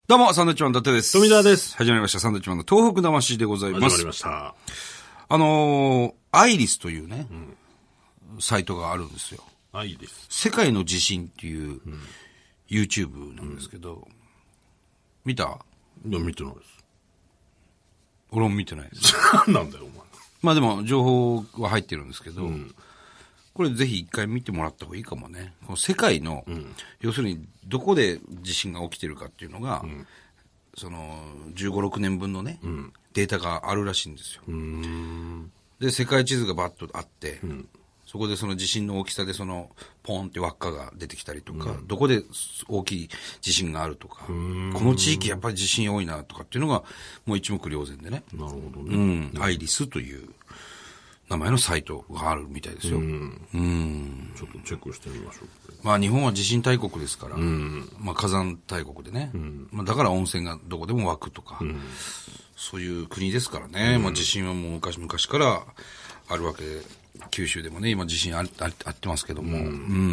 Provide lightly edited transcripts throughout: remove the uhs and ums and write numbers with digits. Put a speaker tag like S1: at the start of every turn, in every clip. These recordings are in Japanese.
S1: どうも、サンドウィッチマン伊達です。
S2: 富澤です。
S1: 始まりました。サンドウィッチマンの東北魂でございます。
S2: 始まりました。
S1: アイリスというね、サイトがあるんですよ。
S2: アイリス。
S1: 世界の地震っていう、YouTube なんですけど、見た？
S2: いや、見てないです。
S1: 俺も見てないです。
S2: なんだよ、お前。
S1: まあでも、情報は入ってるんですけど、これぜひ一回見てもらった方がいいかもね。この世界の、要するにどこで地震が起きてるかっていうのが、その15、6年分のね、データがあるらしいんですよ。で、世界地図がバッとあって、そこでその地震の大きさでそのポンって輪っかが出てきたりとか、どこで大きい地震があるとか、この地域やっぱり地震多いなとかっていうのがもう一目瞭然でね。
S2: なるほどね。
S1: アイリスという名前のサイトがあるみたいですよ。
S2: ちょっとチェックしてみましょう。
S1: まあ日本は地震大国ですから、まあ火山大国でね、まあだから温泉がどこでも湧くとか、そういう国ですからね、まあ地震はもう昔々からあるわけで、九州でもね、今地震あってますけども、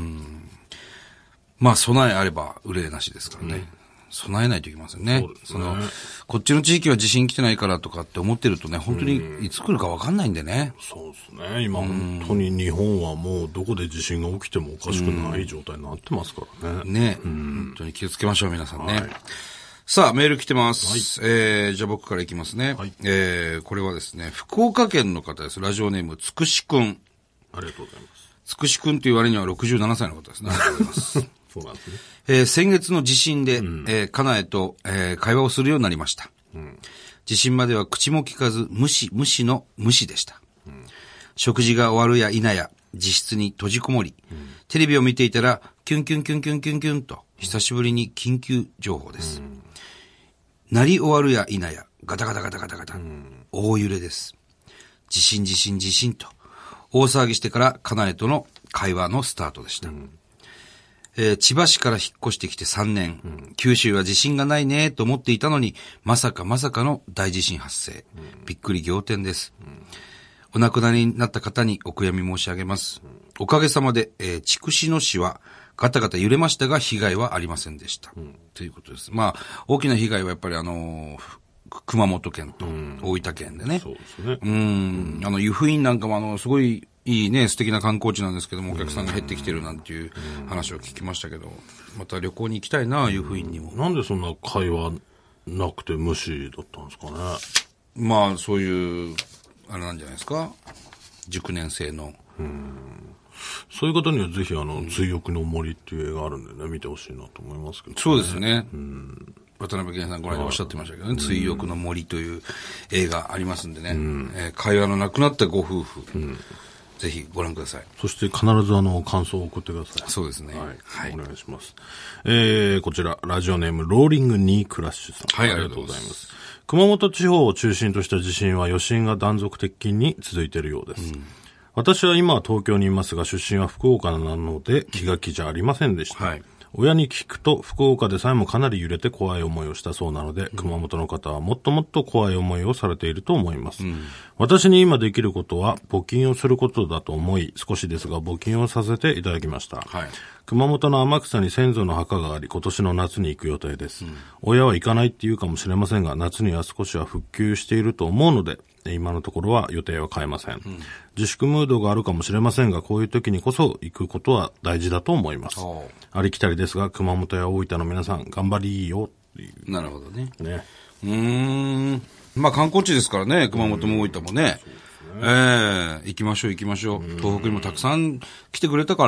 S1: まあ備えあれば憂いなしですからね。備えないといけませんね。その、こっちの地域は地震来てないからとかって思ってるとね、本当にいつ来るか分かんないんでね。
S2: そうですね。今本当に日本はもうどこで地震が起きてもおかしくない状態になってますからね。
S1: ね。本当に気をつけましょう、皆さんね。さあ、メール来てます。じゃあ僕からいきますね。これはですね、福岡県の方です。ラジオネーム、つくしくん。
S2: ありがとうございます。
S1: つくしくんという割には67歳の方ですね。ありがとうございます。
S2: そうなんですね。
S1: 先月の地震で、家内と、会話をするようになりました。地震までは口も聞かず、無視の無視でした。食事が終わるや否や、自室に閉じこもり、テレビを見ていたら、キュンキュンキュンキュンキュンキュンと、久しぶりに緊急情報です。鳴り終わるや否や、ガタガタガタガタガタ、大揺れです。地震地震地震と、大騒ぎしてから家内との会話のスタートでした。千葉市から引っ越してきて3年、九州は地震がないねと思っていたのに、まさかの大地震発生。びっくり仰天です。お亡くなりになった方にお悔やみ申し上げます。おかげさまで、筑紫野市はガタガタ揺れましたが、被害はありませんでした。ということです。まあ、大きな被害はやっぱり熊本県と大分県でね。
S2: そうですね。
S1: 湯布院なんかもすごいいいね、素敵な観光地なんですけども、お客さんが減ってきてるなんていう話を聞きましたけど、また旅行に行きたいな、湯布院にも。
S2: なんでそんな会話なくて無視だったんですかね。
S1: まあ、そういう、あれなんじゃないですか。熟年性の。
S2: そういう方にはぜひ追憶の森っていう映画あるんでね、見てほしいなと思いますけど、ね。
S1: そうですね。渡辺謙さんこの間おっしゃってましたけどね、追憶の森という映画ありますんでね、会話のなくなったご夫婦、ぜひご覧ください。
S2: そして必ず感想を送ってください。
S1: そうですね。
S2: はい。お願いします。こちら、ラジオネーム、ローリングニークラッシュさん。
S1: はい、ありがとうございます。
S2: 熊本地方を中心とした地震は余震が断続的に続いているようです。私は今は東京にいますが、出身は福岡なので気が気じゃありませんでした。親に聞くと、福岡でさえもかなり揺れて怖い思いをしたそうなので、熊本の方はもっともっと怖い思いをされていると思います。私に今できることは、募金をすることだと思い、少しですが募金をさせていただきました。熊本の天草に先祖の墓があり、今年の夏に行く予定です。親は行かないって言うかもしれませんが、夏には少しは復旧していると思うので、今のところは予定は変えません。自粛ムードがあるかもしれませんが、こういう時にこそ行くことは大事だと思います。ありきたりですが、熊本や大分の皆さん、頑張りよっていう。
S1: なるほどね。まあ観光地ですからね、熊本も大分もね。行きましょう。東北にもたくさん来てくれたから。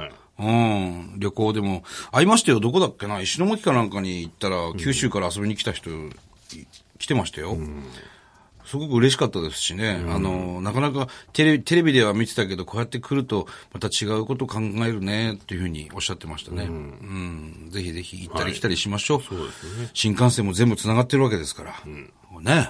S1: 旅行でも、会いましたよ、どこだっけな、石巻かなんかに行ったら、九州から遊びに来た人、来てましたよ。すごく嬉しかったですしね。なかなかテレビでは見てたけど、こうやって来ると、また違うことを考えるね、っていうふうにおっしゃってましたね。ぜひぜひ行ったり来たりしましょう。そうですね。新幹線も全部繋がってるわけですから。ね。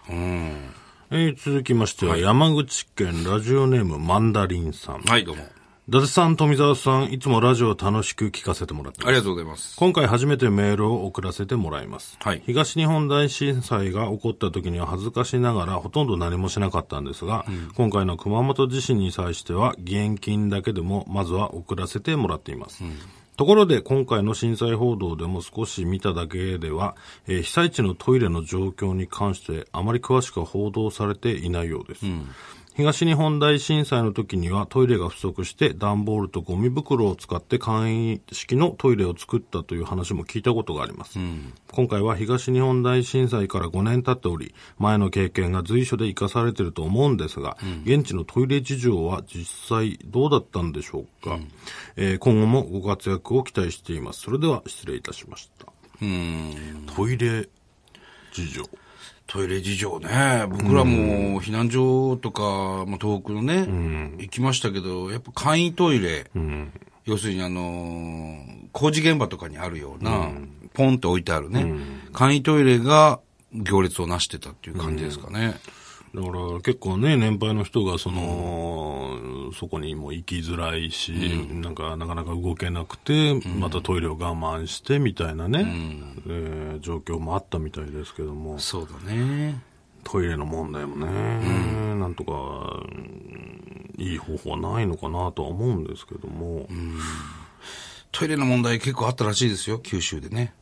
S2: 続きましては、山口県ラジオネームマンダリンさん。
S1: はい、どうも。
S2: 伊達さん、富澤さん、いつもラジオを楽しく聞かせてもらってます。
S1: ありがとうございます。
S2: 今回初めてメールを送らせてもらいます。東日本大震災が起こった時には恥ずかしながらほとんど何もしなかったんですが、今回の熊本地震に際しては義援金だけでもまずは送らせてもらっています。 ところで今回の震災報道でも少し見ただけでは、被災地のトイレの状況に関してあまり詳しくは報道されていないようです。東日本大震災の時にはトイレが不足して段ボールとゴミ袋を使って簡易式のトイレを作ったという話も聞いたことがあります。今回は東日本大震災から5年経っており、前の経験が随所で生かされていると思うんですが、現地のトイレ事情は実際どうだったんでしょうか。今後もご活躍を期待しています。それでは失礼いたしました。トイレ事情。
S1: トイレ事情ね。僕らも避難所とか、東北のね、行きましたけど、やっぱ簡易トイレ、要するに工事現場とかにあるような、ポンと置いてあるね、簡易トイレが行列をなしてたっていう感じですかね。
S2: だから結構ね、年配の人がそこにも行きづらいし、なかなか動けなくて、またトイレを我慢してみたいなね、状況もあったみたいですけども。
S1: そうだね。
S2: トイレの問題もね、なんとか、いい方法はないのかなとは思うんですけども。
S1: トイレの問題結構あったらしいですよ、九州でね。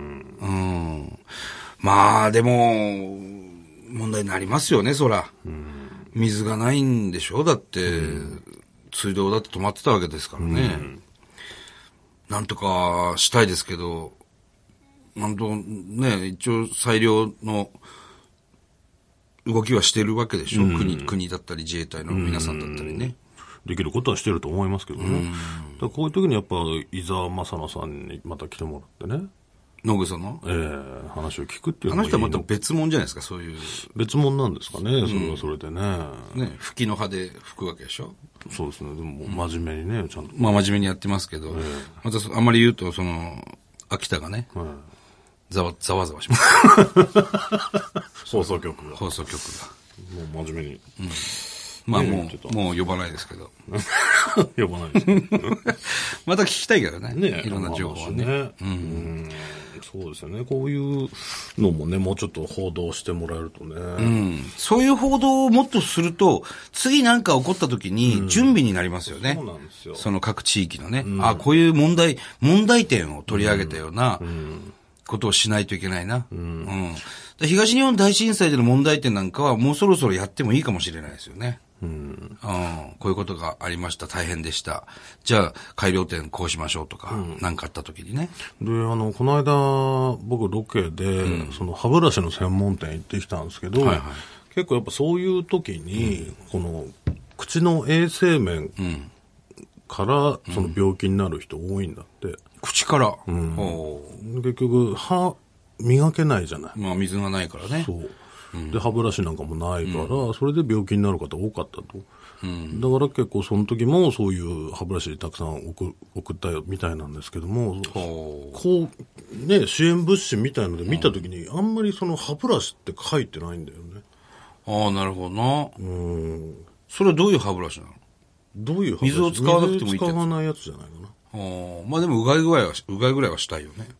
S1: まあ、でも、問題になりますよね、そら。水がないんでしょだって、水道だって止まってたわけですからね。なんとかしたいですけど、なんとね、一応裁量の動きはしてるわけでしょ、国だったり自衛隊の皆さんだったりね。
S2: できることはしてると思いますけどね。だからこういう時にやっぱ、伊沢正奈さんにまた来てもらってね。
S1: 野口さんの
S2: 話を聞くっていうのもいいの。
S1: あの人はまた別物じゃないですか、そういう。
S2: 別物なんですかね、それはそれでね。
S1: ね、吹きの葉で吹くわけでしょ。
S2: そうですね、でも真面目にね、ちゃんと。
S1: まあ真面目にやってますけど、またあんまり言うと、秋田がね、ざわざわします。
S2: 放送局が。
S1: 放送局が。
S2: もう真面目に。
S1: まあもう呼ばないですけど。
S2: 呼ばないです。
S1: また聞きたいけどね。いろんな情報はね。
S2: そうですよね。こういうのもね、もうちょっと報道してもらえるとね。
S1: そういう報道をもっとすると、次なんか起こった時に準備になりますよね。
S2: そうなんですよ。
S1: その各地域のね。こういう問題点を取り上げたようなことをしないといけないな。東日本大震災での問題点なんかはもうそろそろやってもいいかもしれないですよね。こういうことがありました。大変でした。じゃあ、改良点こうしましょうとか、なんかあった時にね。
S2: で、この間、僕ロケで、歯ブラシの専門店行ってきたんですけど、結構やっぱそういう時に、この、口の衛生面から、その病気になる人多いんだって。
S1: 口から、
S2: 結局、歯磨けないじゃない。
S1: まあ、水がないからね。
S2: そう。で、歯ブラシなんかもないから、それで病気になる方多かったと。だから結構その時もそういう歯ブラシたくさん送ったよみたいなんですけども、こう、ね、支援物資みたいので見た時に、あんまりその歯ブラシって書いてないんだよね。
S1: ああ、なるほどな。それはどういう歯ブラシなの？
S2: どういう歯ブラシ？
S1: 水を使わなくてもいいってやつ。
S2: 使わないやつじゃないかな。
S1: まあでもうがいぐらいはしたいよね。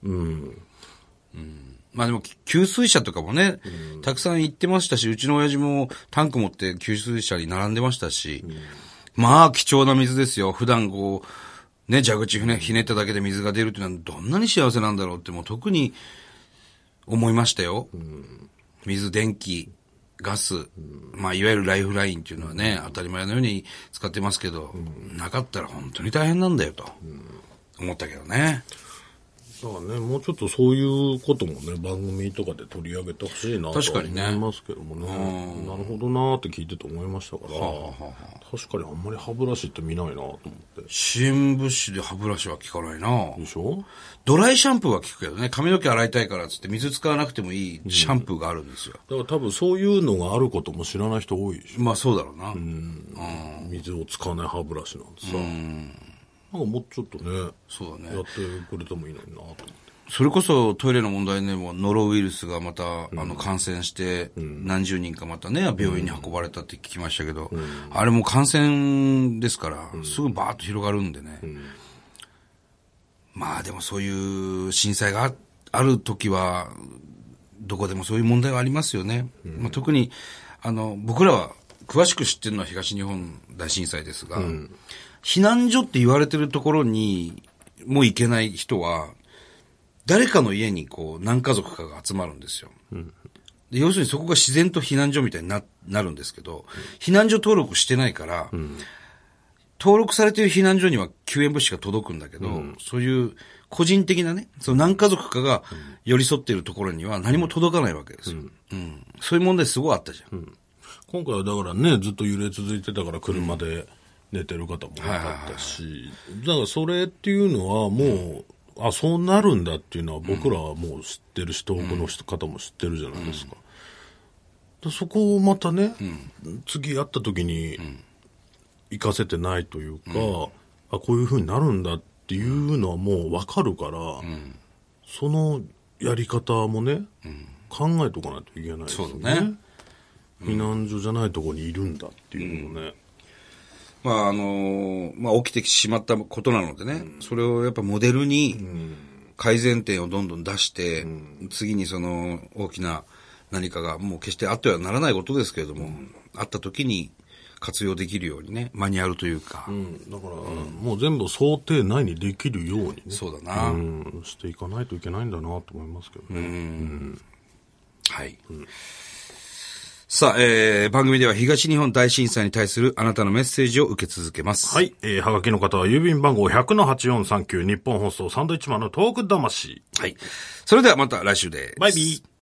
S1: まあでも、給水車とかもね、たくさん行ってましたし、うちの親父もタンク持って給水車に並んでましたし、まあ貴重な水ですよ。普段こう、ね、蛇口ひねっただけで水が出るっていうのはどんなに幸せなんだろうってもう特に思いましたよ。水、電気、ガス、まあいわゆるライフラインっていうのはね、当たり前のように使ってますけど、なかったら本当に大変なんだよと、思ったけどね。
S2: だからね、もうちょっとそういうこともね、番組とかで取り上げてほしいなと思いますけどもね。なるほどなーって聞いてて思いましたから、確かにあんまり歯ブラシって見ないなと思って。
S1: 支援物資で歯ブラシは効かないな。
S2: でしょ？
S1: ドライシャンプーは効くけどね、髪の毛洗いたいからっつって水使わなくてもいいシャンプーがあるんですよ。
S2: だから多分そういうのがあることも知らない人多いでしょ。
S1: まあそうだろうな。
S2: 水を使わない歯ブラシなんてさ。なんかもうちょっとね、
S1: そうだね。
S2: やってくれてもいいのになと思って。
S1: それこそトイレの問題でもノロウイルスがまた、感染して、何十人かまたね、病院に運ばれたって聞きましたけど、あれも感染ですから、すぐバーッと広がるんでね。まあでもそういう震災がある時は、どこでもそういう問題はありますよね。まあ、特に、僕らは詳しく知ってるのは東日本大震災ですが、避難所って言われてるところに、 も行けない人は、誰かの家にこう何家族かが集まるんですよ。で要するにそこが自然と避難所みたいになるんですけど、避難所登録してないから、登録されている避難所には救援物資が届くんだけど、そういう個人的なね、その何家族かが寄り添っているところには何も届かないわけですよ。そういう問題すごいあったじゃん。
S2: 今回はだからね、ずっと揺れ続いてたから車で寝てる方も多かったし、だからそれっていうのはもう、そうなるんだっていうのは僕らはもう知ってるし、遠くの方も知ってるじゃないですか。そこをまたね、次会った時に行かせてないというか、こういう風になるんだっていうのはもう分かるから、そのやり方もね、考えておかないといけないですよね。そうだね。避難所じゃないところにいるんだっていうのね。
S1: 起きてしまったことなのでね、それをやっぱモデルに改善点をどんどん出して、次にその大きな何かがもう決してあってはならないことですけれども、あった時に活用できるようにね、マニュアルというか。
S2: だから、もう全部想定内にできるようにね。
S1: そうだな。
S2: していかないといけないんだなと思いますけどね。
S1: はい。さあ、番組では東日本大震災に対するあなたのメッセージを受け続けます。
S2: はい。はがきの方は郵便番号 100-8439 日本放送サンドイッチマンのトーク魂。
S1: はい。それではまた来週です。
S2: バイビー。